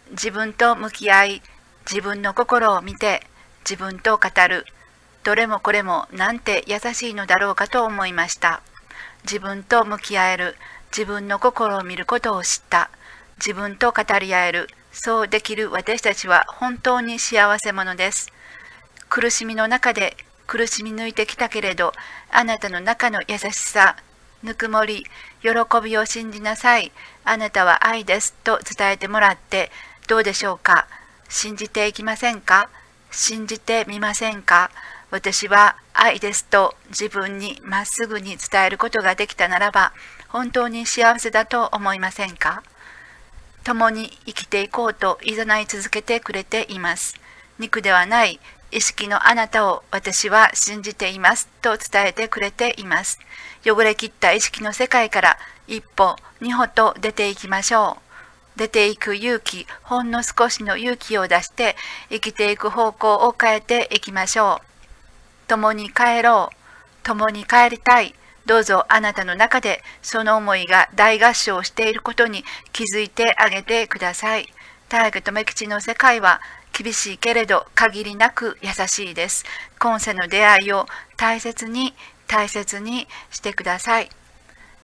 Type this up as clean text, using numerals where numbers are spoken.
自分と向き合い、自分の心を見て、自分と語る。どれもこれもなんて優しいのだろうかと思いました。自分と向き合える、自分の心を見ることを知った。自分と語り合える、そうできる私たちは本当に幸せ者です。苦しみの中で苦しみ抜いてきたけれど、あなたの中の優しさ、ぬくもり、喜びを信じなさい。あなたは愛ですと伝えてもらってどうでしょうか。信じていきませんか。信じてみませんか。私は愛ですと自分にまっすぐに伝えることができたならば、本当に幸せだと思いませんか。共に生きていこうと誘い続けてくれています。肉ではない意識のあなたを私は信じていますと伝えてくれています。汚れきった意識の世界から一歩二歩と出ていきましょう。出ていく勇気、ほんの少しの勇気を出して生きていく方向を変えていきましょう。共に帰ろう。共に帰りたい。どうぞあなたの中でその思いが大合唱していることに気づいてあげてください。大家留吉の世界は厳しいけれど限りなく優しいです。今世の出会いを大切にしてください。